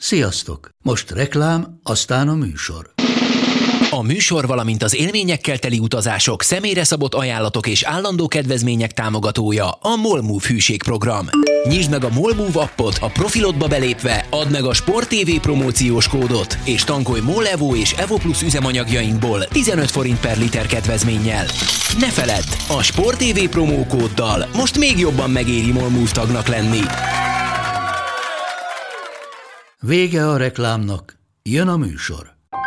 Sziasztok! Most reklám, aztán a műsor. A műsor, valamint az élményekkel teli utazások, személyre szabott ajánlatok és állandó kedvezmények támogatója a MOL Move hűségprogram. Nyisd meg a MOL Move appot, a profilodba belépve add meg a Sport TV promóciós kódot, és tankolj MOL Evo és Evo Plus üzemanyagjainkból 15 forint per liter kedvezménnyel. Ne feledd, a Sport TV promókóddal most még jobban megéri MOL Move tagnak lenni. Vége a reklámnak, jön a műsor.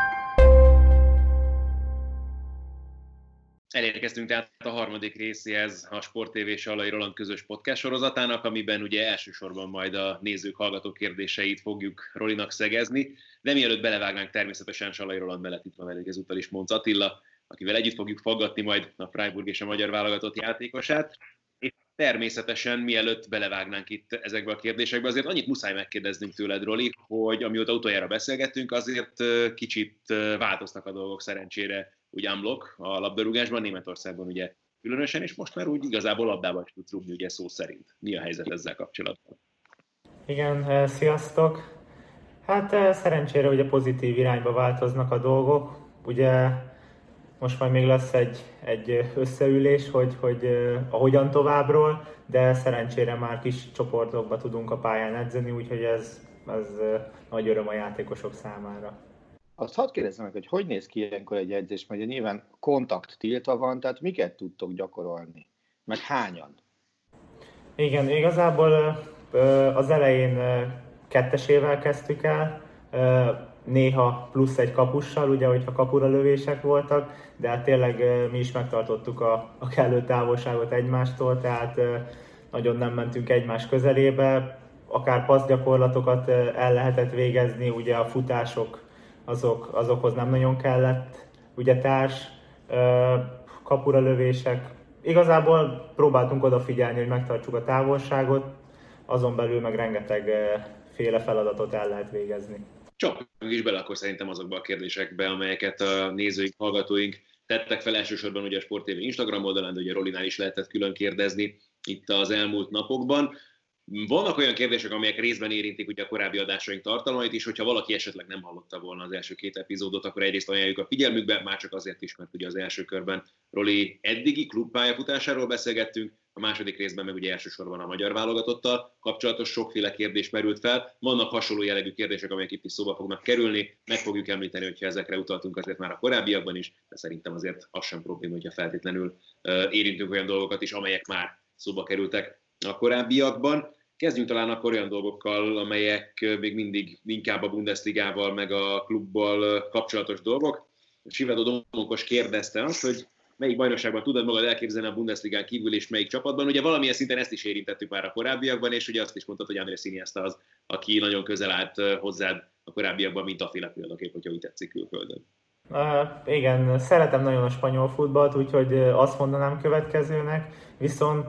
Elérkeztünk tehát a harmadik részéhez a Sport TV és Sallai Roland közös podcast sorozatának, amiben ugye elsősorban majd a nézők, hallgatók kérdéseit fogjuk Rolinak szegezni, de mielőtt belevágnánk, természetesen Sallai Roland mellett itt van velünk ezúttal is Monc Attila, akivel együtt fogjuk faggatni majd a Freiburg és a magyar válogatott játékosát. És természetesen mielőtt belevágnánk itt ezekbe a kérdésekbe, azért annyit muszáj megkérdeznünk tőled, Roli, hogy amióta utoljára beszélgettünk, azért kicsit változtak a dolgok szerencsére úgy unblock a labdarúgásban, Németországban ugye különösen, és most már úgy igazából labdába is tudsz rúgni, ugye szó szerint. Mi a helyzet ezzel kapcsolatban? Igen, sziasztok! Hát szerencsére ugye pozitív irányba változnak a dolgok. Ugye most majd még lesz egy összeülés, hogy ahogyan továbbról, de szerencsére már kis csoportokba tudunk a pályán edzeni, úgyhogy ez nagy öröm a játékosok számára. Azt hadd kérdezzem meg, hogy néz ki ilyenkor egy edzés, mert nyilván kontakt tiltva van, tehát miket tudtok gyakorolni? Meg hányan? Igen, igazából az elején kettesével kezdtük el, néha plusz egy kapussal, ugye, hogyha kapura lövések voltak, de hát tényleg mi is megtartottuk a kellő távolságot egymástól, tehát nagyon nem mentünk egymás közelébe, akár passzgyakorlatokat el lehetett végezni, ugye a futások azokhoz nem nagyon kellett, ugye társ, kapura lövések. Igazából próbáltunk odafigyelni, hogy megtartsuk a távolságot, azon belül meg rengeteg féle feladatot el lehet végezni. Csapjunk is bele akkor szerintem azokba a kérdésekbe, amelyeket a nézőink, hallgatóink tettek fel elsősorban ugye a Sport TV Instagram oldalán, de ugye Rolinál is lehetett külön kérdezni itt az elmúlt napokban. Vannak olyan kérdések, amelyek részben érintik ugye a korábbi adásaink tartalmait is, hogyha valaki esetleg nem hallotta volna az első két epizódot, akkor egyrészt ajánljuk a figyelmükbe, már csak azért is, mert ugye az első körben Roli eddigi klubpályafutásáról beszélgettünk, a második részben meg ugye elsősorban a magyar válogatottal kapcsolatos sokféle kérdés merült fel. Vannak hasonló jellegű kérdések, amelyek itt is szóba fognak kerülni, meg fogjuk említeni, hogyha ezekre utaltunk azért már a korábbiakban is, de szerintem azért az sem probléma, hogyha feltétlenül érintünk olyan dolgokat is, amelyek már szóba kerültek a korábbiakban. Kezdjünk talán akkor olyan dolgokkal, amelyek még mindig inkább a Bundesligával meg a klubbal kapcsolatos dolgok. Sivedó Domonkos kérdezte azt, hogy melyik bajnokságban tudod magad elképzelni a Bundesligán kívül és melyik csapatban. Ugye valamilyen szinten ezt is érintettük már a korábbiakban, és ugye azt is mondtad, hogy Andrés Iniesta az, aki nagyon közel állt hozzád a korábbiakban, mint Attila példaképp, hogyha úgy tetszik külföldön. Igen, szeretem nagyon a spanyol futballt, úgyhogy azt mondanám következőnek, viszont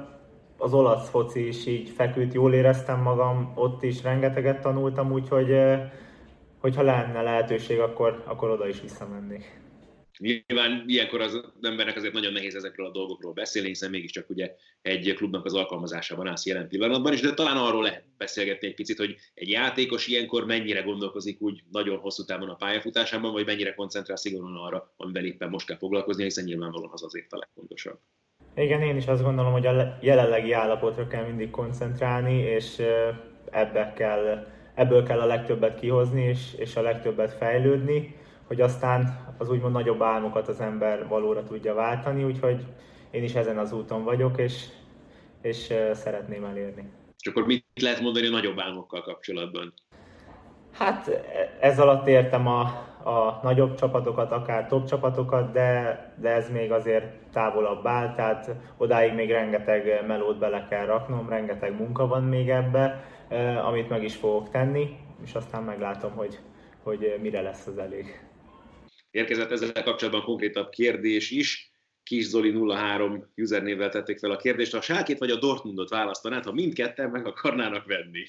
az olasz foci is így feküdt, jól éreztem magam, ott is rengeteget tanultam, úgyhogy hogyha lenne lehetőség, akkor oda is visszamennék. Nyilván ilyenkor az embernek azért nagyon nehéz ezekről a dolgokról beszélni, hiszen mégiscsak ugye egy klubnak az alkalmazásában állsz jelen pillanatban is, de talán arról lehet beszélgetni egy picit, hogy egy játékos ilyenkor mennyire gondolkozik úgy nagyon hosszú távon a pályafutásában, vagy mennyire koncentrál szigorúan arra, amivel éppen most kell foglalkozni, hiszen nyilvánvalóan az azért a legfontosabb. Igen, én is azt gondolom, hogy a jelenlegi állapotra kell mindig koncentrálni, és ebből kell a legtöbbet kihozni, és a legtöbbet fejlődni, hogy aztán az úgymond nagyobb álmokat az ember valóra tudja váltani, úgyhogy én is ezen az úton vagyok, és szeretném elérni. És akkor mit lehet mondani a nagyobb álmokkal kapcsolatban? Hát ez alatt értem a nagyobb csapatokat, akár top csapatokat, de ez még azért távolabb áll, tehát odáig még rengeteg melót bele kell raknom, rengeteg munka van még ebbe, amit meg is fogok tenni, és aztán meglátom, hogy mire lesz az elég. Érkezett ezzel kapcsolatban konkrétabb kérdés is. Kis Zoli 03 usernévvel tették fel a kérdést. Ha a Schalkét vagy a Dortmundot választanád, ha mindketten meg akarnának venni?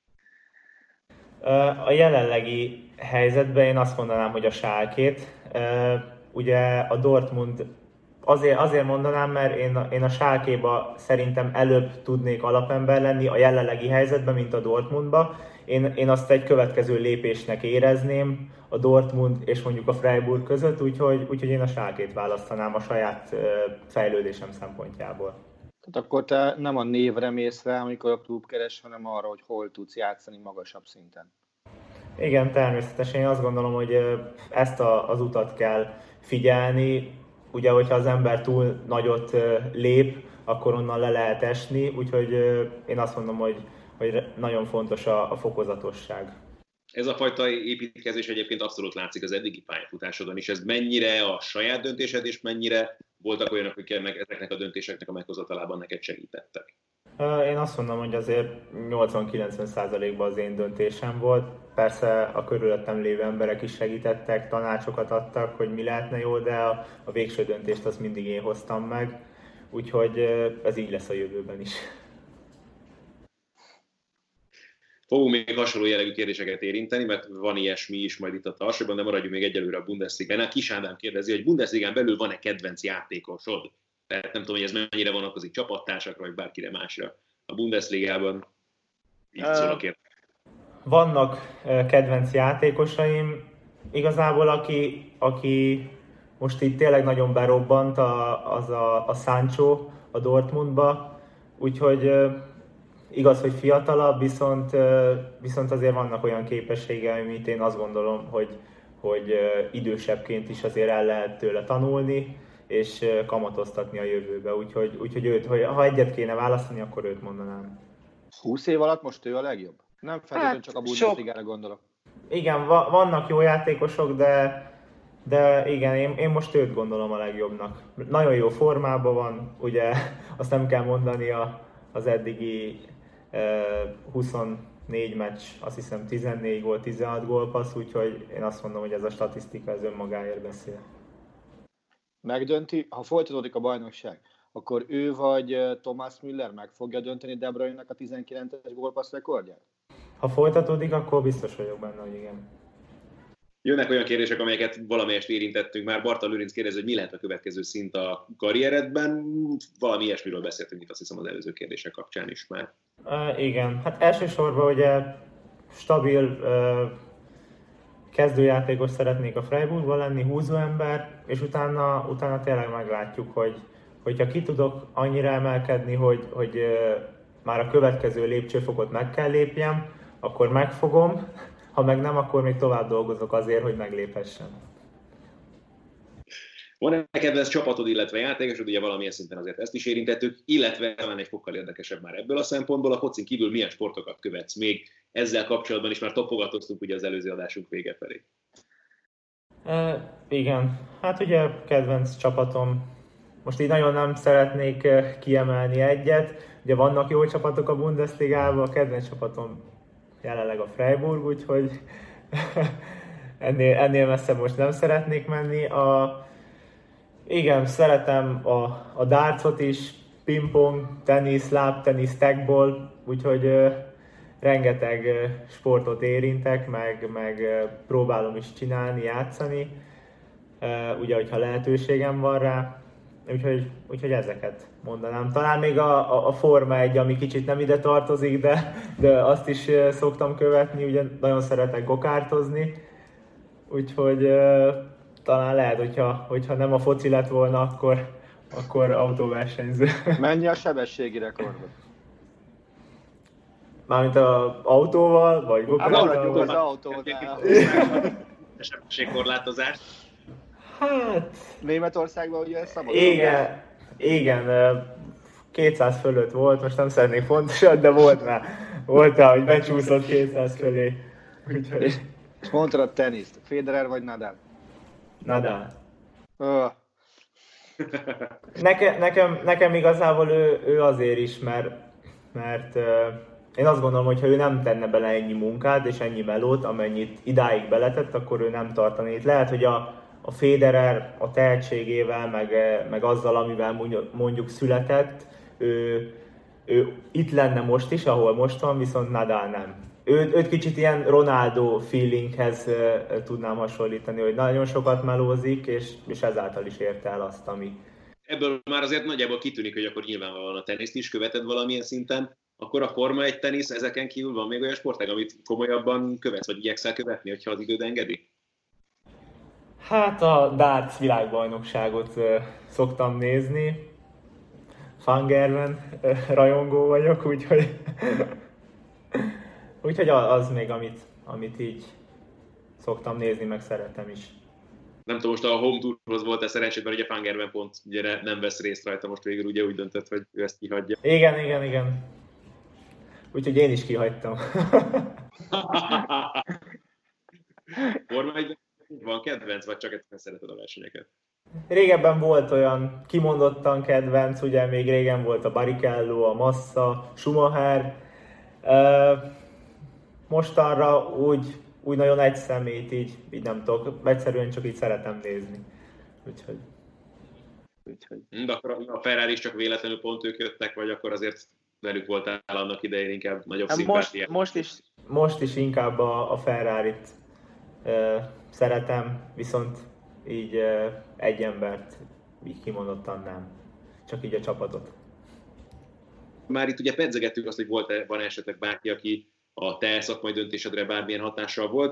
A jelenlegi helyzetben én azt mondanám, hogy a Schalkét. Ugye a Dortmund azért mondanám, mert én a Schalkéba szerintem előbb tudnék alapember lenni a jelenlegi helyzetben, mint a Dortmundba, én azt egy következő lépésnek érezném a Dortmund és mondjuk a Freiburg között, úgyhogy én a Schalkét választanám a saját fejlődésem szempontjából. Tehát akkor te nem a névre mész rá, amikor a klub keres, hanem arra, hogy hol tudsz játszani magasabb szinten. Igen, természetesen. Én azt gondolom, hogy ezt az utat kell figyelni. Ugye, hogyha az ember túl nagyot lép, akkor onnan le lehet esni, úgyhogy én azt mondom, hogy nagyon fontos a fokozatosság. Ez a fajta építkezés egyébként abszolút látszik az eddigi pályafutásodon is. Ez mennyire a saját döntésed, és mennyire voltak olyanok, akik ezeknek a döntéseknek a meghozatalában neked segítettek? Én azt mondom, hogy azért 80-90%-ban az én döntésem volt. Persze a körülöttem lévő emberek is segítettek, tanácsokat adtak, hogy mi lehetne jó, de a végső döntést azt mindig én hoztam meg. Úgyhogy ez így lesz a jövőben is. Fogunk még hasonló jellegű kérdéseket érinteni, mert van ilyesmi is majd itt a tartsóban, de maradjunk még egyelőre a Bundesligánál. Kis Ádám kérdezi, hogy Bundesligán belül van-e kedvenc játékosod? Tehát nem tudom, hogy ez mennyire vonatkozik csapattársakra, vagy bárkire másra a Bundesligában. Így szól a kérdés. Vannak kedvenc játékosaim. Igazából aki most itt tényleg nagyon berobbant, az a Sancho a Dortmundba. Úgyhogy igaz, hogy fiatalabb, viszont azért vannak olyan képességei, amit én azt gondolom, hogy idősebbként is azért el lehet tőle tanulni, és kamatoztatni a jövőbe. Úgyhogy őt, ha egyet kéne választani, akkor őt mondanám. 20 év alatt most ő a legjobb? Nem feltétlenül csak a Bundesligára gondolok. Igen, vannak jó játékosok, de igen, én most őt gondolom a legjobbnak. Nagyon jó formában van, ugye azt nem kell mondani az eddigi 24 meccs, azt hiszem 14 gól, 16 gólpassz, úgyhogy én azt mondom, hogy ez a statisztika ez önmagáért beszél. Megdönti, ha folytatódik a bajnokság, akkor ő vagy Thomas Müller meg fogja dönteni De Bruyne-nek a 19-es gólpassz rekordját? Ha folytatódik, akkor biztos vagyok benne, hogy igen. Jönnek olyan kérdések, amelyeket valamelyest érintettünk már. Barta Lőrinc kérdezi, hogy mi lehet a következő szint a karrieredben. Valami ilyesmiről beszéltünk itt, azt hiszem, az előző kérdések kapcsán is már. Igen, hát elsősorban ugye stabil kezdőjátékos szeretnék a Freiburgban lenni, húzóember, és utána tényleg meglátjuk, hogyha ki tudok annyira emelkedni, hogy már a következő lépcsőfokot meg kell lépjem, akkor megfogom, ha meg nem, akkor még tovább dolgozok azért, hogy megléphessem. Van-e kedvenc csapatod, illetve játékosod, ugye valamilyen szinten azért ezt is érintettük, illetve talán egy fokkal érdekesebb már ebből a szempontból, a focin kívül milyen sportokat követsz még ezzel kapcsolatban is, már topogatoztunk ugye az előző adásunk vége felé. Igen, hát ugye kedvenc csapatom, most így nagyon nem szeretnék kiemelni egyet, ugye vannak jó csapatok a Bundesligában, a kedvenc csapatom jelenleg a Freiburg, úgyhogy ennél messze most nem szeretnék menni. Igen, szeretem a dartsot is, pingpong, tenisz, lábtenisz, tagball, úgyhogy rengeteg sportot érintek, meg próbálom is csinálni, játszani, ugye, hogyha lehetőségem van rá, úgyhogy ezeket mondanám. Talán még a Forma 1, ami kicsit nem ide tartozik, de azt is szoktam követni, ugye nagyon szeretek gokártozni, úgyhogy talán lehet, hogyha nem a foci lett volna, akkor autóversenyző. Mennyi a sebességi rekordod? Mármint az autóval, vagy gokárttal? Az autóval. A sebességkorlátozás. Hát... Németországban ugye ez szabad? Igen, 200 fölött volt, most nem szeretnék pontosan, de volt rá, hogy becsúszott 200 fölé. Úgyhogy... És mondtad a teniszt, Federer vagy Nadal? Nadal. Nekem igazából ő azért is, mert én azt gondolom, hogy ha ő nem tenne bele ennyi munkát és ennyi melót, amennyit idáig beletett, akkor ő nem tartaná itt. Lehet, hogy a Federer a tehetségével, meg azzal, amivel mondjuk született, ő itt lenne most is, ahol most van, viszont Nadal nem. Őt kicsit ilyen Ronaldo feelinghez tudnám hasonlítani, hogy nagyon sokat melózik, és ezáltal is érte el azt, ami... Ebből már azért nagyjából kitűnik, hogy akkor nyilvánvalóan a teniszt is követed valamilyen szinten. akkor a Forma 1 tenisz ezeken kívül van még olyan sportág, amit komolyabban követsz, vagy igyekszel követni, hogyha az időd engedi? Hát a darts világbajnokságot szoktam nézni. Fangerben rajongó vagyok, úgyhogy az még, amit így szoktam nézni, meg szeretem is. Nem tudom, most a Home Tourhoz volt-e szerencsét, mert ugye Fangerben pont ugye nem vesz részt rajta, most végül ugye úgy döntött, hogy ő ezt kihagyja. Igen. Úgyhogy én is kihagytam. Forma 1 van kedvenc, vagy csak egyszerűen szereted a versenyeket? Régebben volt olyan kimondottan kedvenc, ugye még régen volt a Barrichello, a Massa, Schumacher. Mostanra úgy nagyon egy szemét így nem tudok, egyszerűen csak így szeretem nézni. Úgyhogy. De akkor a Ferrari is csak véletlenül pont ők jöttek, vagy akkor azért velük voltál annak idején inkább nagyobb szimpátiát? Most is inkább a Ferrarit szeretem, viszont így egy embert így kimondottan nem. Csak így a csapatot. Már itt ugye pedzegettük azt, hogy van esetleg bárki, aki a te szakmai döntésedre bármilyen hatással volt.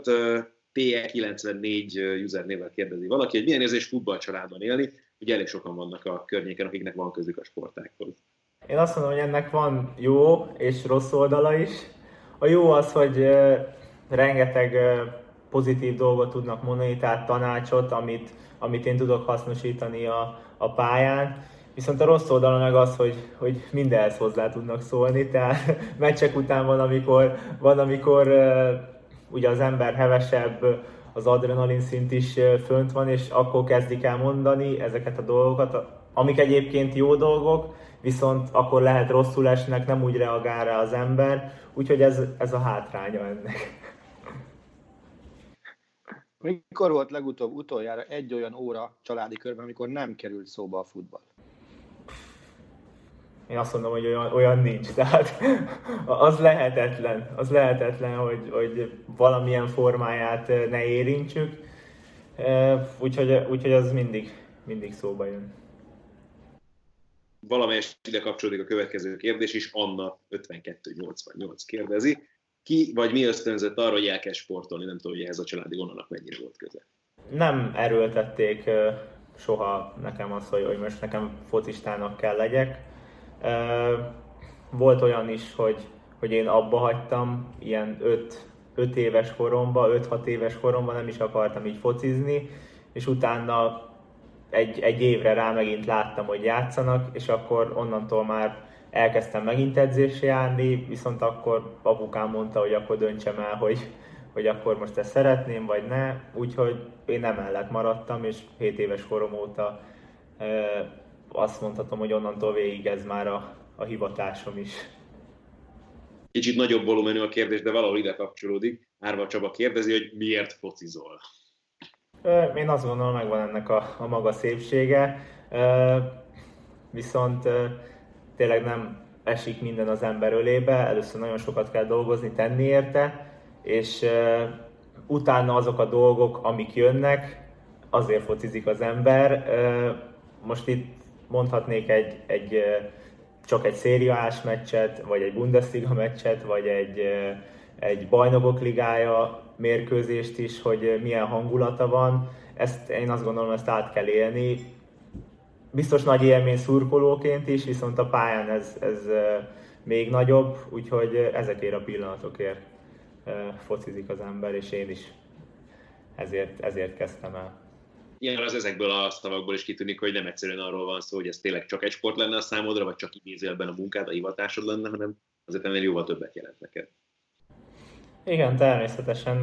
PE94 usernével kérdezi valaki, hogy milyen érzés futballcsaládban élni. Ugye elég sokan vannak a környéken, akiknek van közük a sportághoz. Én azt mondom, hogy ennek van jó és rossz oldala is. A jó az, hogy rengeteg pozitív dolgot tudnak mondani, tehát tanácsot, amit én tudok hasznosítani a pályán. Viszont a rossz oldala meg az, hogy mindenhez hozzá tudnak szólni, tehát meccsek után van, amikor ugye az ember hevesebb, az adrenalin szint is fönt van, és akkor kezdik el mondani ezeket a dolgokat, amik egyébként jó dolgok, viszont akkor lehet rosszul esnek, nem úgy reagál rá az ember, úgyhogy ez a hátránya ennek. Mikor volt utoljára egy olyan óra családi körben, amikor nem került szóba a futball? Én azt mondom, hogy olyan nincs. Tehát az lehetetlen, hogy valamilyen formáját ne érintsük. Úgyhogy az mindig szóba jön. Valamelyest ide kapcsolódik a következő kérdés is. Anna 5288 kérdezi. Ki vagy mi ösztönzött arra, hogy elkezd sportolni? Nem tudom, hogy ehhez a családi vonalnak mennyire volt köze. Nem erőltették soha nekem azt, hogy most nekem focistának kell legyek. Volt olyan is, hogy én abba hagytam, ilyen 5 éves koromban, 5-6 éves koromban nem is akartam így focizni, és utána egy évre rá megint láttam, hogy játszanak, és akkor onnantól már elkezdtem megint edzésre járni, viszont akkor apukám mondta, hogy akkor döntsem el, hogy akkor most ezt szeretném, vagy ne, úgyhogy én emellett maradtam, és 7 éves korom óta azt mondhatom, hogy onnantól végig ez már a hivatásom is. Kicsit nagyobb volumenű a kérdés, de valahol ide kapcsolódik. Árva Csaba kérdezi, hogy miért focizol? Én azt gondolom, megvan ennek a maga szépsége, viszont tényleg nem esik minden az ember ölébe, először nagyon sokat kell dolgozni, tenni érte, és utána azok a dolgok, amik jönnek, azért focizik az ember. Most itt mondhatnék csak egy szériás meccset, vagy egy Bundesliga meccset, vagy egy bajnokok ligája mérkőzést is, hogy milyen hangulata van. Ezt én azt gondolom, ezt át kell élni. Biztos nagy élmény szurkolóként is, viszont a pályán ez még nagyobb, úgyhogy ezekért a pillanatokért focizik az ember, és én is ezért kezdtem el. Igen, az ezekből a szavakból is kitűnik, hogy nem egyszerűen arról van szó, hogy ez tényleg csak egy sport lenne a számodra, vagy csak idézőjelben a munkád, a hivatásod lenne, hanem azért ennél jóval többet jelent neked. Igen, természetesen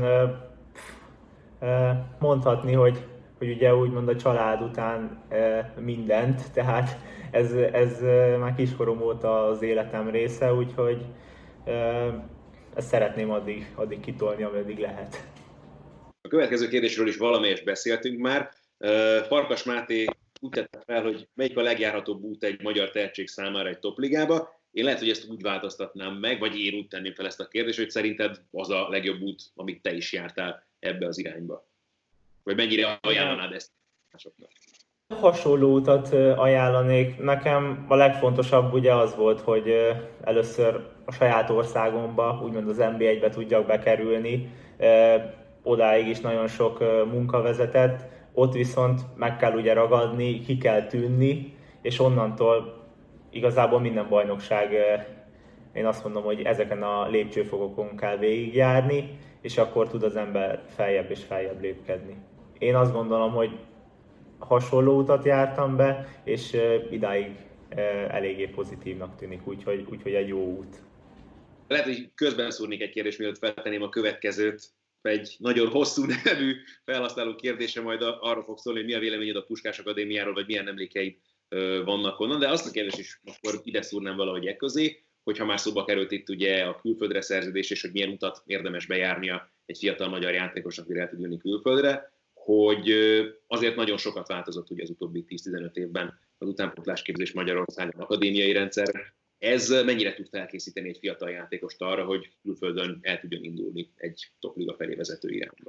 mondhatni, hogy ugye úgymond a család után mindent, tehát ez már kiskorom óta az életem része, úgyhogy ezt szeretném addig kitolni, ameddig lehet. A következő kérdésről is valamelyest beszéltünk már. Farkas Máté úgy tette fel, hogy melyik a legjárhatóbb út egy magyar tehetség számára egy topligába. Én lehet, hogy ezt úgy változtatnám meg, vagy én úgy tenném fel ezt a kérdést, hogy szerinted az a legjobb út, amit te is jártál ebbe az irányba. Vagy mennyire ajánlanád ezt másoknak? Hasonló utat ajánlanék. Nekem a legfontosabb ugye az volt, hogy először a saját országomba, úgymond az NB1-be tudjak bekerülni. Odáig is nagyon sok munka vezetett, ott viszont meg kell ugye ragadni, ki kell tűnni, és onnantól igazából minden bajnokság, én azt mondom, hogy ezeken a lépcsőfokokon kell végigjárni, és akkor tud az ember feljebb és feljebb lépkedni. Én azt gondolom, hogy hasonló utat jártam be, és idáig eléggé pozitívnak tűnik, úgyhogy egy jó út. Lehet, hogy közben szúrnék egy kérdést, mielőtt feltenném a következőt. Egy nagyon hosszú nevű felhasználó kérdése, majd arról fog szólni, hogy mi a véleményed a Puskás Akadémiáról, vagy milyen emlékeid vannak onnan, de azt a kérdést is akkor ide szúrnám valahogy ekközé, hogyha már szóba került itt ugye a külföldre szerződés, és hogy milyen utat érdemes bejárnia egy fiatal magyar játékosnak, akire el tud jönni külföldre, hogy azért nagyon sokat változott ugye az utóbbi 10-15 évben az utánpótlásképzés Magyarországon akadémiai rendszer. Ez mennyire tud felkészíteni egy fiatal játékost arra, hogy külföldön el tudjon indulni egy topliga felé vezető irányba?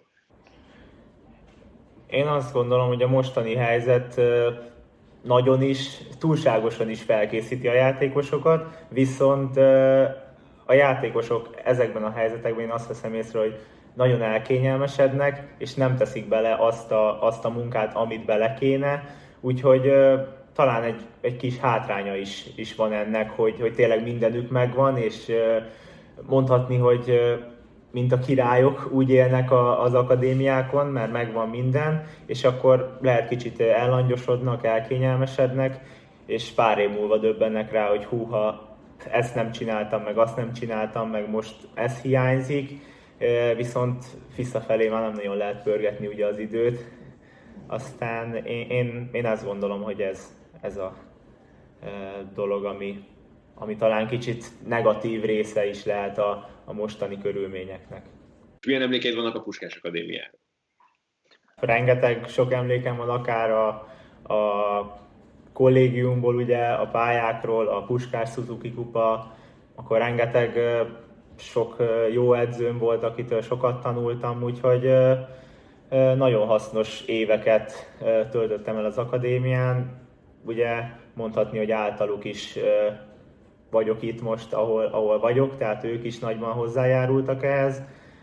Én azt gondolom, hogy a mostani helyzet nagyon is, túlságosan is felkészíti a játékosokat, viszont a játékosok ezekben a helyzetekben én azt veszem észre, hogy nagyon elkényelmesednek, és nem teszik bele azt a munkát, amit bele kéne, úgyhogy talán egy kis hátránya is van ennek, hogy tényleg mindenük megvan, és mondhatni, hogy mint a királyok úgy élnek az akadémiákon, mert megvan minden, és akkor lehet kicsit ellangyosodnak, elkényelmesednek, és pár év múlva döbbennek rá, hogy húha, ezt nem csináltam, meg azt nem csináltam, meg most ez hiányzik, viszont visszafelé már nem nagyon lehet pörgetni ugye az időt. Aztán én azt gondolom, hogy ez a dolog, ami talán kicsit negatív része is lehet a mostani körülményeknek. Milyen emlékeid vannak a Puskás Akadémiáról? Rengeteg sok emlékem van, akár a kollégiumból, ugye, a pályákról, a Puskás Suzuki kupa, akkor rengeteg sok jó edzőm volt, akitől sokat tanultam, úgyhogy nagyon hasznos éveket töltöttem el az akadémián. Ugye mondhatni, hogy általuk is vagyok itt most, ahol vagyok, tehát ők is nagyban hozzájárultak ehhez.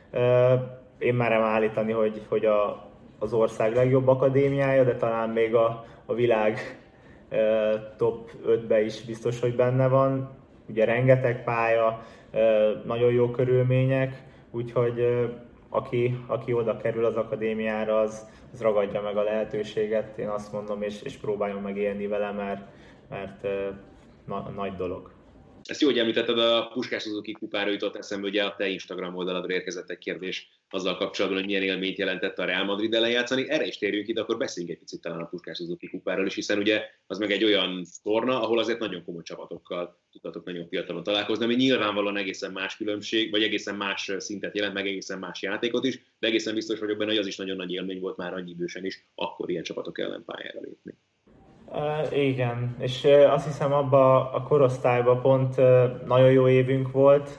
Én merem állítani, hogy az ország legjobb akadémiája, de talán még a világ top 5-be is biztos, hogy benne van. Ugye rengeteg pálya, nagyon jó körülmények, úgyhogy aki oda kerül az akadémiára, az ragadja meg a lehetőséget, én azt mondom, és próbáljon meg élni vele, mert nagy dolog. Ezt jó, hogy említetted, a Puskás Suzuki kupára jutott eszembe, ugye a te Instagram oldaladra érkezett egy kérdés azzal kapcsolatban, hogy milyen élményt jelentett a Real Madrid ellen játszani. Erre is térjünk ki, de akkor beszéljünk egy picit talán a Puskás Suzuki kupáról is, hiszen ugye az meg egy olyan torna, ahol azért nagyon komoly csapatokkal tudtatok nagyon fiatalon találkozni, ami nyilvánvalóan egészen más különbség, vagy egészen más szintet jelent, meg egészen más játékot is, de egészen biztos vagyok benne, hogy az is nagyon nagy élmény volt már annyi idősen is, akkor ilyen csapatok ellen pályára lépni. Igen, és azt hiszem abban a korosztályban pont nagyon jó évünk volt.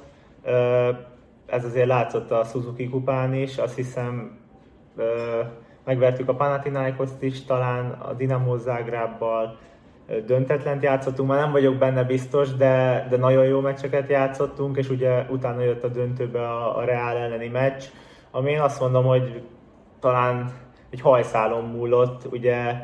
Ez azért látszott a Suzuki kupán is, azt hiszem megvertük a Panathinaikoszt is, talán a Dinamo Zágrábbal döntetlent játszottunk, már nem vagyok benne biztos, de nagyon jó meccseket játszottunk, és ugye utána jött a döntőbe a Real elleni meccs, ami én azt mondom, hogy talán egy hajszálon múlott, ugye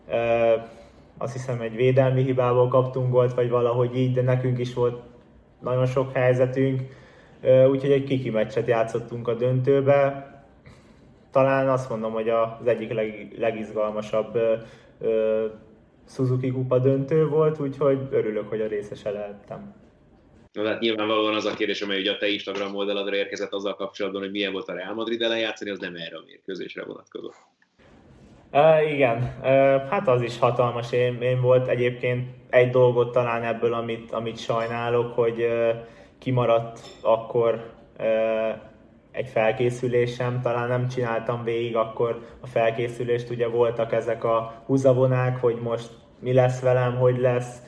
azt hiszem egy védelmi hibából kaptunk gólt, vagy valahogy így, de nekünk is volt nagyon sok helyzetünk, úgyhogy egy kiki meccset játszottunk a döntőbe. Talán azt mondom, hogy az egyik legizgalmasabb Suzuki kupa döntő volt, úgyhogy örülök, hogy a részese lehettem. Na, hát nyilvánvalóan az a kérdés, amely ugye a te Instagram oldaladra érkezett azzal kapcsolatban, hogy milyen volt a Real Madrid ellen játszani, az nem erre a mérkőzésre vonatkozott. Igen, hát az is hatalmas élmény volt. Egyébként egy dolgot talán ebből, amit sajnálok, hogy kimaradt akkor egy felkészülésem, talán nem csináltam végig akkor a felkészülést, ugye voltak ezek a húzavonák, hogy most mi lesz velem, hogy lesz.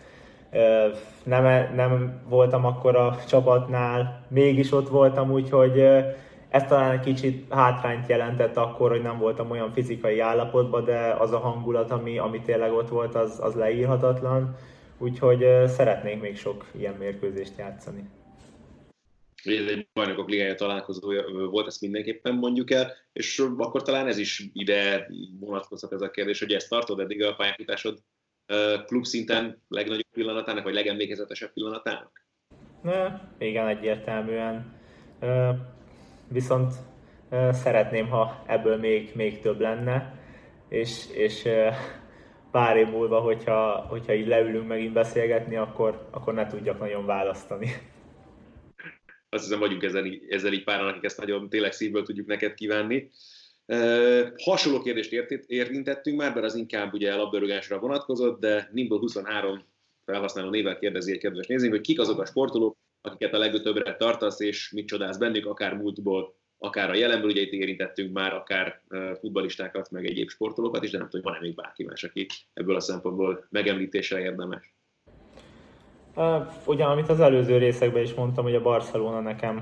Nem voltam akkor a csapatnál, mégis ott voltam, úgyhogy Ez talán egy kicsit hátrányt jelentett akkor, hogy nem voltam olyan fizikai állapotban, de az a hangulat, ami tényleg ott volt, az leírhatatlan. Úgyhogy szeretnénk még sok ilyen mérkőzést játszani. Ez egy bajnokok ligája találkozója volt, ezt mindenképpen mondjuk el, és akkor talán ez is ide vonatkozhat ez a kérdés, hogy ezt tartod eddig a pályafutásod klubszinten legnagyobb pillanatának, vagy legemlékezetesebb pillanatának? Igen, egyértelműen. Viszont szeretném, ha ebből még több lenne, és pár év múlva, hogyha így leülünk megint beszélgetni, akkor ne tudjak nagyon választani. Azt hiszem, vagyunk ezzel így páran, akik ezt nagyon tényleg szívből tudjuk neked kívánni. Hasonló kérdést érintettünk már, mert az inkább ugye a labdarúgásra vonatkozott, de Nimble23 felhasználó névvel kérdezi egy kedves nézőnk, hogy kik azok a sportolók, akiket a legtöbbre tartasz, és mit csodálsz bennük, akár múltból, akár a jelenből, ugye itt érintettünk már akár futballistákat, meg egyéb sportolókat is, de nem tudom, hogy van-e még bárki más, aki ebből a szempontból megemlítésre érdemes. Ugyan, amit az előző részekben is mondtam, hogy a Barcelona nekem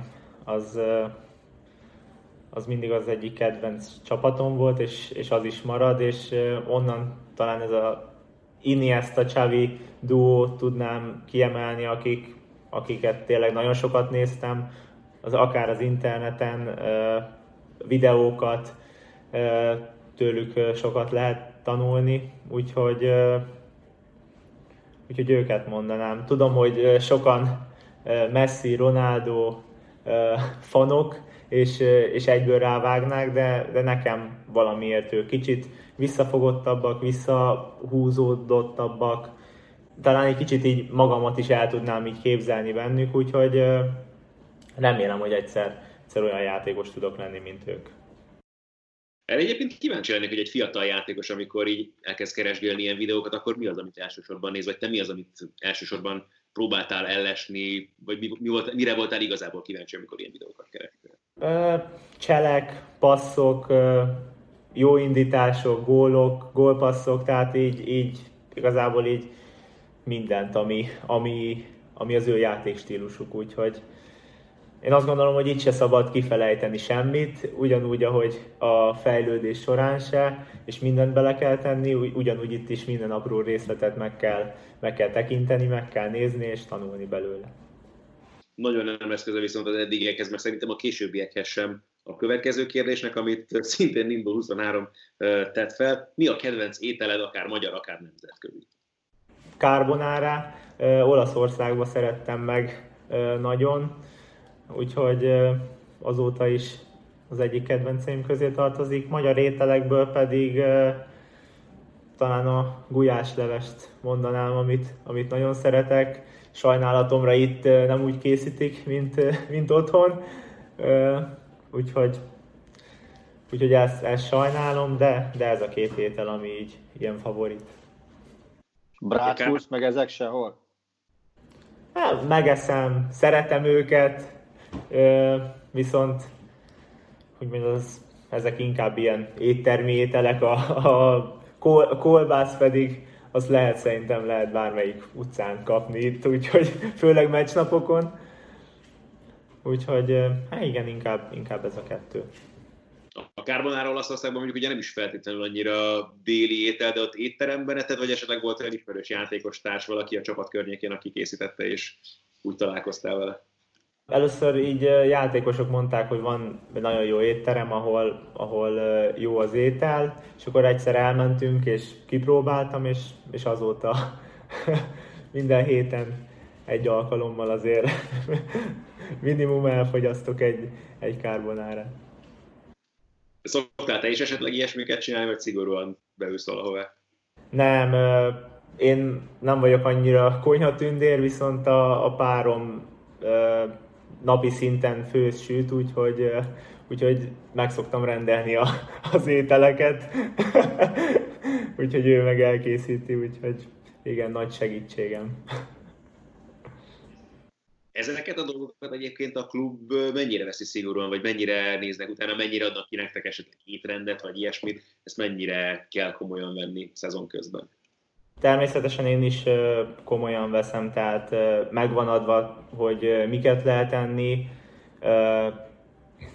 az mindig az egyik kedvenc csapatom volt, és az is marad, és onnan talán ez a Iniesta-Xavi duót tudnám kiemelni, akiket tényleg nagyon sokat néztem, akár az interneten, videókat, tőlük sokat lehet tanulni, úgyhogy őket mondanám. Tudom, hogy sokan Messi, Ronaldo fanok, és egyből rávágnák, de nekem valamiért ők kicsit visszafogottabbak, visszahúzódottabbak. Talán egy kicsit így magamat is el tudnám így képzelni bennük, úgyhogy remélem, hogy egyszer olyan játékos tudok lenni, mint ők. Erre egyébként kíváncsi lennék, hogy egy fiatal játékos, amikor így elkezd keresgélni ilyen videókat, akkor mi az, amit elsősorban néz, vagy te mi az, amit elsősorban próbáltál ellesni, vagy mire voltál igazából kíváncsi, amikor ilyen videókat kerestél? Cselek, passzok, jó indítások, gólok, gólpasszok, tehát így igazából így mindent, ami az ő játékstílusuk, úgyhogy én azt gondolom, hogy itt se szabad kifelejteni semmit, ugyanúgy, ahogy a fejlődés során se, és mindent bele kell tenni, ugyanúgy itt is minden apró részletet meg kell tekinteni, meg kell nézni és tanulni belőle. Nagyon nem lesz köze viszont az eddigiekhez, meg szerintem a későbbiekhez sem a következő kérdésnek, amit szintén Nimble23 tett fel. Mi a kedvenc ételed, akár magyar, akár nemzetközi? Carbonara, Olaszországba szerettem meg nagyon, úgyhogy azóta is az egyik kedvenceim közé tartozik. Magyar ételekből pedig talán a gulyáslevest mondanám, amit nagyon szeretek. Sajnálatomra itt nem úgy készítik, mint otthon, úgyhogy ezt sajnálom, de ez a két étel, ami így ilyen favorit. Bratwurst, meg ezek sehol? Megeszem, szeretem őket, viszont hogy mondjam, ezek inkább ilyen éttermi ételek, a kolbász pedig azt szerintem lehet bármelyik utcán kapni itt, úgyhogy főleg meccsnapokon. Úgyhogy igen, inkább ez a kettő. A carbonara Olaszországban mondjuk ugye nem is feltétlenül annyira déli étel, de ott étteremben etted, vagy esetleg volt olyan ismerős játékos társ valaki a csapat környékén, aki készítette, és úgy találkoztál vele? Először így játékosok mondták, hogy van egy nagyon jó étterem, ahol jó az étel, és akkor egyszer elmentünk, és kipróbáltam, és azóta minden héten egy alkalommal azért minimum elfogyasztok egy carbonárát. Szoktál te is esetleg ilyesmiket csinálni, vagy szigorúan beülsz valahová? Nem, én nem vagyok annyira konyhatündér, viszont a párom napi szinten főz, süt, úgyhogy meg szoktam rendelni az ételeket, úgyhogy ő meg elkészíti, úgyhogy igen, nagy segítségem. Ezeket a dolgokat egyébként a klub mennyire veszi szigorúan, vagy mennyire néznek utána, mennyire adnak ki nektek esetleg étrendet, vagy ilyesmit, ezt mennyire kell komolyan venni szezon közben? Természetesen én is komolyan veszem, tehát megvan adva, hogy miket lehet enni.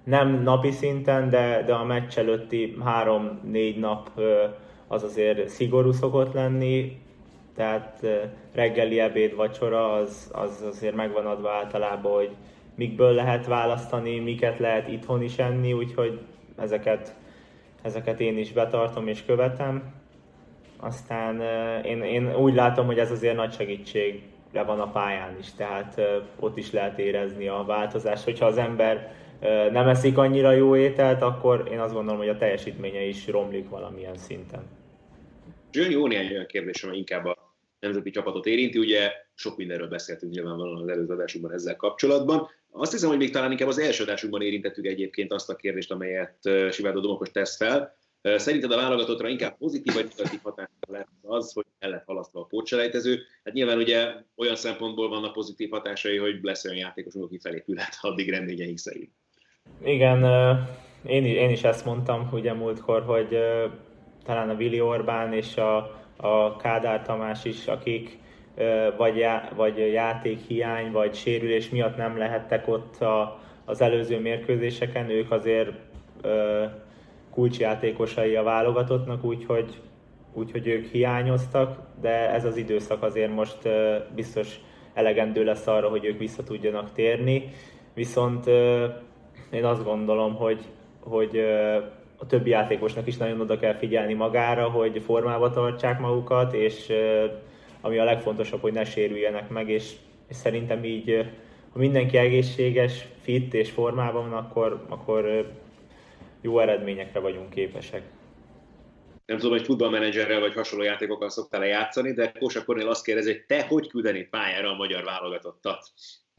nem napi szinten, de a meccs előtti 3-4 nap az azért szigorú szokott lenni, tehát reggeli, ebéd, vacsora az azért megvan adva általában, hogy mikből lehet választani, miket lehet itthon is enni, úgyhogy ezeket én is betartom és követem. Aztán én úgy látom, hogy ez azért nagy segítségre van a pályán is, tehát ott is lehet érezni a változást. Hogyha az ember nem eszik annyira jó ételt, akkor én azt gondolom, hogy a teljesítménye is romlik valamilyen szinten. Jó néhány olyan kérdés, ami inkább a nemzeti csapatot érinti. Ugye sok mindenről beszéltünk nyilvánvalóan az előző adásunkban ezzel kapcsolatban. Azt hiszem, hogy még talán inkább az első adásunkban érintettük egyébként azt a kérdést, amelyet Sivárdo Domokos tesz fel. Szerinted a válogatottra inkább pozitív vagy negatív hatása lehet az, hogy el lett halasztva a pótselejtező? Hát nyilván ugye olyan szempontból vannak pozitív hatásai, hogy lesz olyan játékosunk, aki felépülhet addig reményeink szerint. Igen, én is ezt mondtam ugye múltkor, hogy talán a Vili Orbán és a Kádár Tamás is, akik vagy játékhiány, vagy sérülés miatt nem lehettek ott az előző mérkőzéseken, ők azért kulcsjátékosai a válogatottnak, úgyhogy ők hiányoztak, de ez az időszak azért most biztos elegendő lesz arra, hogy ők vissza tudjanak térni. Viszont én azt gondolom, hogy a többi játékosnak is nagyon oda kell figyelni magára, hogy formába tartsák magukat, és ami a legfontosabb, hogy ne sérüljenek meg, és szerintem így, ha mindenki egészséges, fit és formában van, akkor jó eredményekre vagyunk képesek. Nem tudom, hogy futballmenedzserrel vagy hasonló játékokkal szoktál játszani, de Kósa Kornél azt kérdezi, hogy te hogy küldenéd pályára a magyar válogatottat?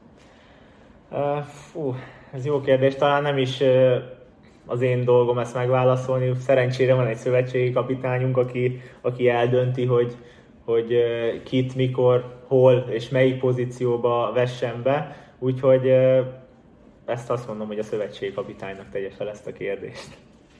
Ez jó kérdés, talán nem is az én dolgom ezt megválaszolni. Szerencsére van egy szövetségi kapitányunk, aki eldönti, hogy kit, mikor, hol és melyik pozícióba vessen be. Úgyhogy ezt azt mondom, hogy a szövetségi kapitánynak tegye fel ezt a kérdést.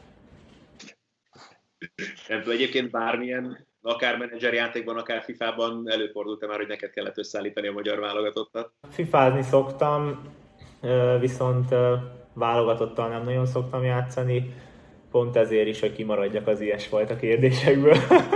Nem tudom, egyébként bármilyen, akár menedzser játékban, akár FIFA-ban előfordult-e már, hogy neked kellett összeállítani a magyar válogatottat? Fifázni szoktam, viszont válogatottal nem nagyon szoktam játszani, pont ezért is, hogy kimaradjak az ilyesfajta kérdésekből.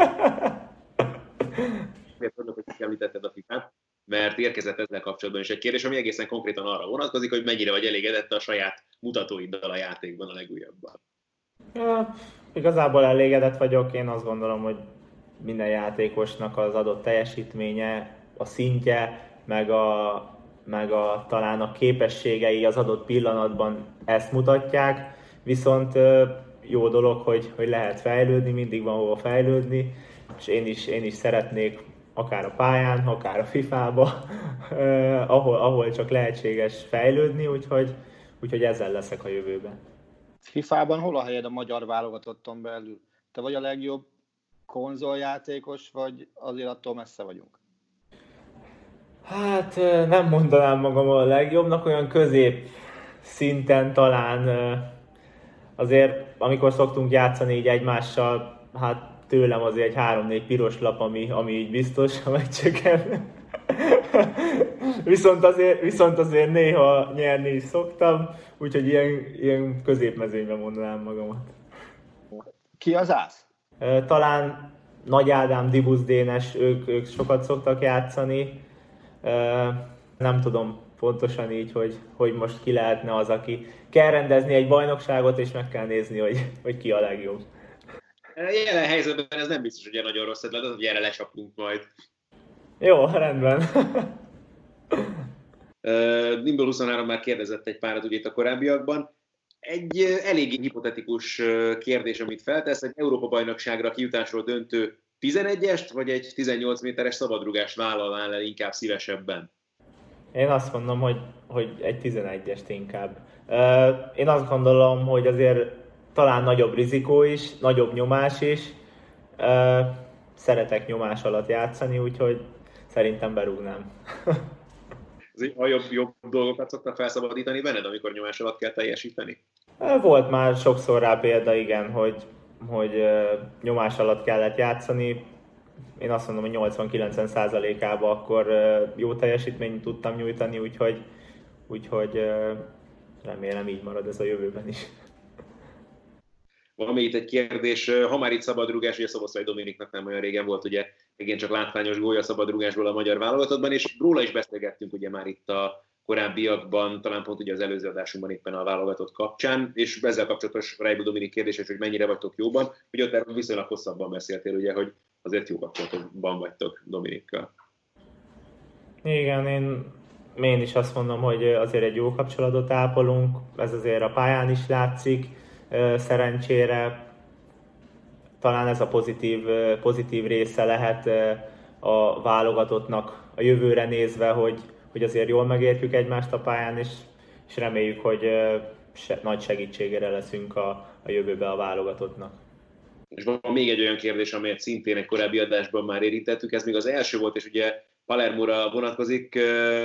Miért tudok, hogy említetted a FIFA-t? Mert érkezett ezzel kapcsolatban is egy kérdés, ami egészen konkrétan arra vonatkozik, hogy mennyire vagy elégedett a saját mutatóiddal a játékban, a legújabban. Ja, igazából elégedett vagyok, én azt gondolom, hogy minden játékosnak az adott teljesítménye, a szintje, meg talán a képességei az adott pillanatban ezt mutatják, viszont jó dolog, hogy lehet fejlődni, mindig van hova fejlődni, és én is szeretnék akár a pályán, akár a FIFA-ba, ahol csak lehetséges fejlődni, úgyhogy ezzel leszek a jövőben. FIFA-ban hol a helyed a magyar válogatotton belül? Te vagy a legjobb konzoljátékos, vagy azért attól messze vagyunk? Hát nem mondanám magam a legjobbnak, olyan közép szinten talán azért, amikor szoktunk játszani így egymással, hát tőlem azért egy 3-4 piros lap, ami így biztos a meccseken. viszont azért néha nyerni is szoktam, úgyhogy ilyen középmezőnyben mondanám magamat. Ki az ász? Talán Nagy Ádám, Dibusz Dénes, ők sokat szoktak játszani. Nem tudom pontosan így, hogy most ki lehetne az, aki kell rendezni egy bajnokságot, és meg kell nézni, hogy ki a legjobb. Jelen helyzetben ez nem biztos, hogy nagyon rossz ötlet, hogy erre lecsapunk majd. Jó, rendben. Nimből 23 már kérdezett egy párat ugye itt a korábbiakban. Egy eléggé hipotetikus kérdés, amit feltesz, egy Európa-bajnokságra kijutásról döntő 11-est, vagy egy 18 méteres szabadrugást vállalnál el inkább szívesebben? Én azt mondom, hogy egy 11-est inkább. Én azt gondolom, hogy azért talán nagyobb rizikó is, nagyobb nyomás is. Szeretek nyomás alatt játszani, úgyhogy szerintem berúgnám. A jobb dolgokat szoktak felszabadítani benned, amikor nyomás alatt kell teljesíteni? Volt már sokszor rá példa, igen, hogy nyomás alatt kellett játszani. Én azt mondom, hogy 80-90%-ában akkor jó teljesítményt tudtam nyújtani, úgyhogy remélem így marad ez a jövőben is. Van még itt egy kérdés, ha már itt szabadrúgás, ugye Szoboszlai Dominiknak nem olyan régen volt, ugye igen csak látványos gólya szabadrúgásból a magyar válogatottban, és róla is beszélgettünk ugye már itt a korábbiakban, talán pont ugye az előző adásunkban éppen a válogatott kapcsán, és ezzel kapcsolatos Reibu Dominik kérdés, hogy mennyire vagytok jóban, hogy ott viszonylag hosszabban beszéltél, ugye, hogy azért jó kapcsolatban vagytok Dominikkal. Igen, én is azt mondom, hogy azért egy jó kapcsolatot ápolunk, ez azért a pályán is látszik, szerencsére talán ez a pozitív része lehet a válogatottnak a jövőre nézve, hogy azért jól megértjük egymást a pályán, és reméljük, hogy nagy segítségére leszünk a jövőben a válogatottnak. És van még egy olyan kérdés, amelyet szintén egy korábbi adásban már érintettük, ez még az első volt, és ugye Palermóra vonatkozik.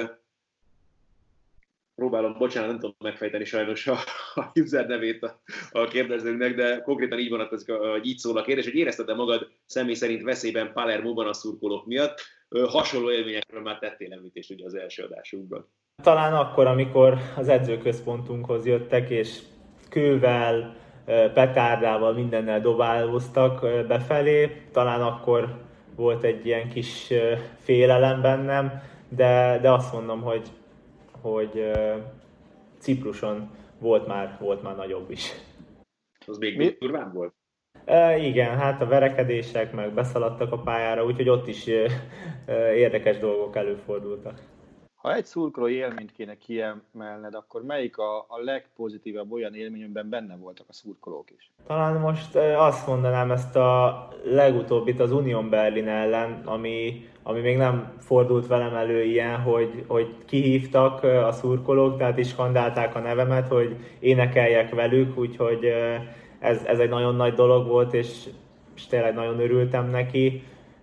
Próbálom, bocsánat, nem tudom megfejteni sajnos a user nevét a kérdezőnknek, de konkrétan így vonatkozik, hogy így szól a kérdés, hogy érezted-e magad személy szerint veszélyben Palermóban a szurkolók miatt? Hasonló élményekről már tettél említést ugye az első adásunkban. Talán akkor, amikor az edzőközpontunkhoz jöttek, és kővel, petárdával, mindennel dobálóztak befelé, talán akkor volt egy ilyen kis félelem bennem, de azt mondom, hogy Cipruson volt már nagyobb is. Az még durvább volt? Igen, hát a verekedések meg beszaladtak a pályára, úgyhogy ott is érdekes dolgok előfordultak. Ha egy szurkolói élményt kéne kiemelned, akkor melyik a legpozitívabb olyan élmény, amiben benne voltak a szurkolók is? Talán most azt mondanám ezt a legutóbbit az Union Berlin ellen, ami még nem fordult velem elő ilyen, hogy kihívtak a szurkolók, tehát is skandálták a nevemet, hogy énekeljek velük, úgyhogy ez egy nagyon nagy dolog volt, és tényleg nagyon örültem neki.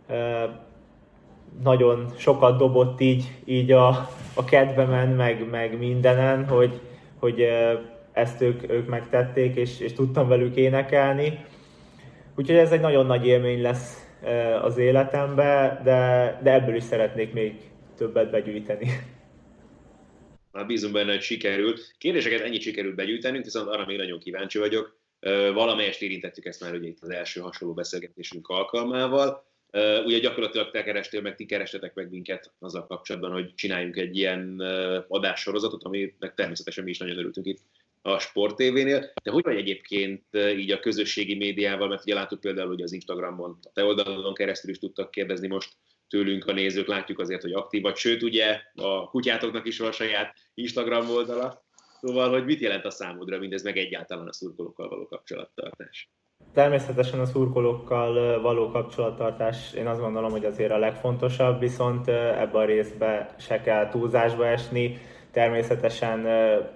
Nagyon sokat dobott így a kedvemen, meg mindenen, hogy ezt ők megtették, és tudtam velük énekelni. Úgyhogy ez egy nagyon nagy élmény lesz az életemben, de ebből is szeretnék még többet begyűjteni. Már bízunk benne, hogy sikerült. Kérdéseket ennyit sikerült begyűjtenünk, viszont arra még nagyon kíváncsi vagyok. Valamelyest érintettük ezt már ugye itt az első hasonló beszélgetésünk alkalmával. Ugye gyakorlatilag te kerestél meg, ti kerestetek meg minket azzal kapcsolatban, hogy csináljunk egy ilyen adássorozatot, aminek természetesen mi is nagyon örültünk itt a Sport TV-nél. De hogy vagy egyébként így a közösségi médiával, mert ugye láttuk például, hogy az Instagramon, a te oldalon keresztül is tudtak kérdezni most tőlünk a nézők, látjuk azért, hogy aktív vagy, sőt ugye a kutyátoknak is van a saját Instagram oldala. Szóval, hogy mit jelent a számodra mindez, meg egyáltalán a szurkolókkal való kapcsolattartás? Természetesen a szurkolókkal való kapcsolattartás, én azt gondolom, hogy azért a legfontosabb, viszont ebben a részben se kell túlzásba esni. Természetesen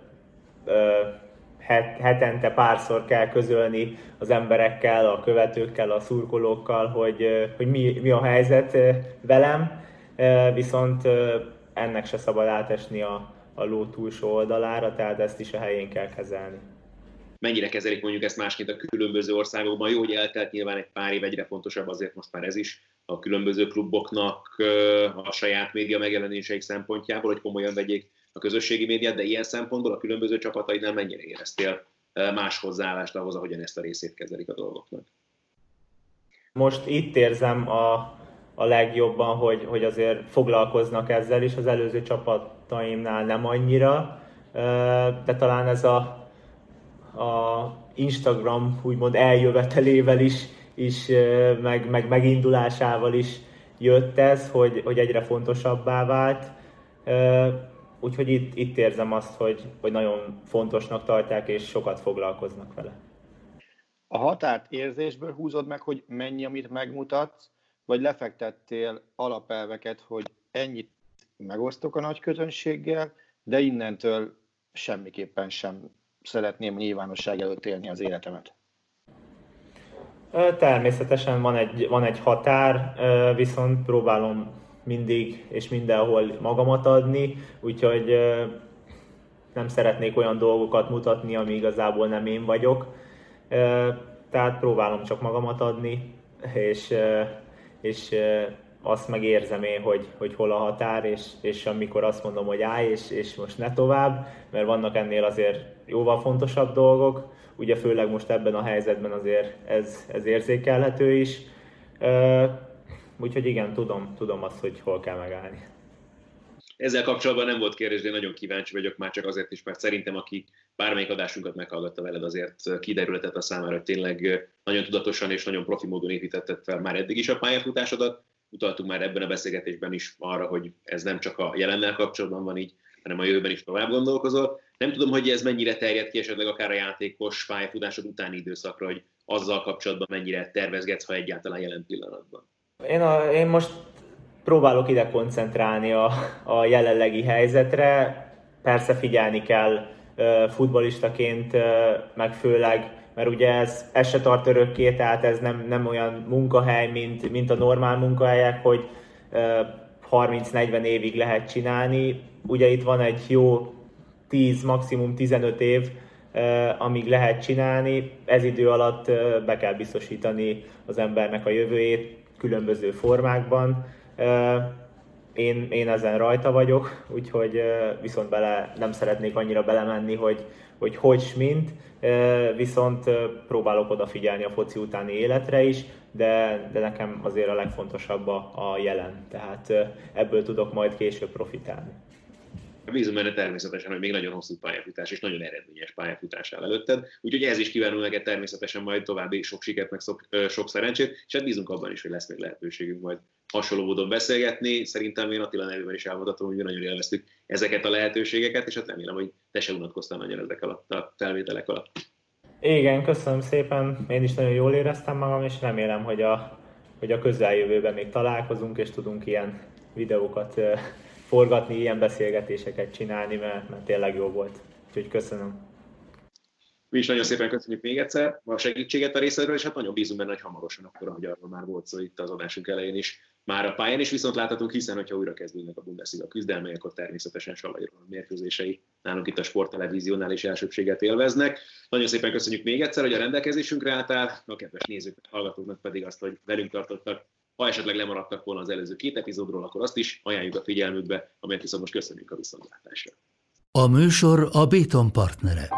hetente párszor kell közölni az emberekkel, a követőkkel, a szurkolókkal, hogy mi a helyzet velem, viszont ennek se szabad átesni a ló túlsó oldalára, tehát ezt is a helyén kell kezelni. Mennyire kezelik mondjuk ezt másként a különböző országokban? Jó, hogy eltelt nyilván egy pár év, egyre fontosabb azért most már ez is a különböző kluboknak a saját média megjelenéseik szempontjából, hogy komolyan vegyék a közösségi médiát, de ilyen szempontból a különböző csapataidnál mennyire éreztél más hozzáállást ahhoz, ahogyan ezt a részét kezelik a dolgoknak? Most itt érzem a legjobban, hogy azért foglalkoznak ezzel is, az előző csapataimnál nem annyira, de talán ez a Instagram úgymond eljövetelével is meg megindulásával is jött ez, hogy egyre fontosabbá vált. Úgyhogy itt érzem azt, hogy nagyon fontosnak tartják és sokat foglalkoznak vele. A határt érzésből húzod meg, hogy mennyi, amit megmutatsz, vagy lefektettél alapelveket, hogy ennyit megosztok a nagy közönséggel, de innentől semmiképpen sem szeretném nyilvánosság előtt élni az életemet? Természetesen van egy határ, viszont próbálom mindig és mindenhol magamat adni, úgyhogy nem szeretnék olyan dolgokat mutatni, ami igazából nem én vagyok. Tehát próbálom csak magamat adni, és azt megérzem én, hogy hol a határ, és amikor azt mondom, hogy állj, és most ne tovább, mert vannak ennél azért jóval fontosabb dolgok, ugye főleg most ebben a helyzetben azért ez érzékelhető is. Úgyhogy igen, tudom azt, hogy hol kell megállni. Ezzel kapcsolatban nem volt kérdés, de nagyon kíváncsi vagyok már csak azért is, mert szerintem aki bármelyik adásunkat meghallgatta veled, azért kiderülhetett a számára, hogy tényleg nagyon tudatosan és nagyon profi módon építetted fel már eddig is a pályafutásodat. Utaltunk már ebben a beszélgetésben is arra, hogy ez nem csak a jelennel kapcsolatban van így, hanem a jövőben is tovább gondolkozol. Nem tudom, hogy ez mennyire terjed ki esetleg akár a játékos pályafutásod utáni időszakra, hogy azzal kapcsolatban mennyire tervezgetsz, ha egyáltalán jelen pillanatban. Én most próbálok ide koncentrálni a jelenlegi helyzetre. Persze figyelni kell futballistaként, meg főleg, mert ugye ez se tart örökké, tehát ez nem olyan munkahely, mint a normál munkahelyek, hogy 30-40 évig lehet csinálni. Ugye itt van egy jó 10, maximum 15 év, amíg lehet csinálni. Ez idő alatt be kell biztosítani az embernek a jövőjét különböző formákban. Én ezen rajta vagyok, úgyhogy viszont nem szeretnék annyira belemenni, hogy mint, viszont próbálok odafigyelni a foci utáni életre is, de nekem azért a legfontosabb a jelen, tehát ebből tudok majd később profitálni. Bízom benne természetesen, hogy még nagyon hosszú pályafutás és nagyon eredményes pályafutás áll előtted, úgyhogy ez is kívánunk neked természetesen majd további sok sikert, meg sok szerencsét, és hát bízunk abban is, hogy lesz még lehetőségünk majd hasonló módon beszélgetni. Szerintem én Attila nevében is elmondhatom, hogy mi nagyon élveztük ezeket a lehetőségeket, és hát remélem, hogy te se unatkoztál nagyon ezek alatt a felvételek alatt. Igen, köszönöm szépen, én is nagyon jól éreztem magam, és remélem, hogy a közeljövőben még találkozunk, és tudunk ilyen videókat forgatni, ilyen beszélgetéseket csinálni, mert tényleg jó volt. Úgyhogy köszönöm. Mi is nagyon szépen köszönjük még egyszer a segítséget a részedről, és hát nagyon bízunk benne, hogy hamarosan akkor, ahogy arról már volt szó itt az adásunk elején is, már a pályán is viszont láthatunk, hiszen hogyha újra kezdődnek a Bundesliga küzdelmei, akkor természetesen Salai Roland mérkőzései nálunk itt a Sporttelevíziónál is elsőbséget élveznek. Nagyon szépen köszönjük még egyszer, hogy a rendelkezésünkre álltál, a kedves nézők, hallgatóknak pedig azt, hogy velünk tartottak. Ha esetleg lemaradtak volna az előző 2 epizódról, akkor azt is ajánljuk a figyelmükbe, amelyet viszont most köszönjük a viszontlátásra. A műsor a Béton partnere.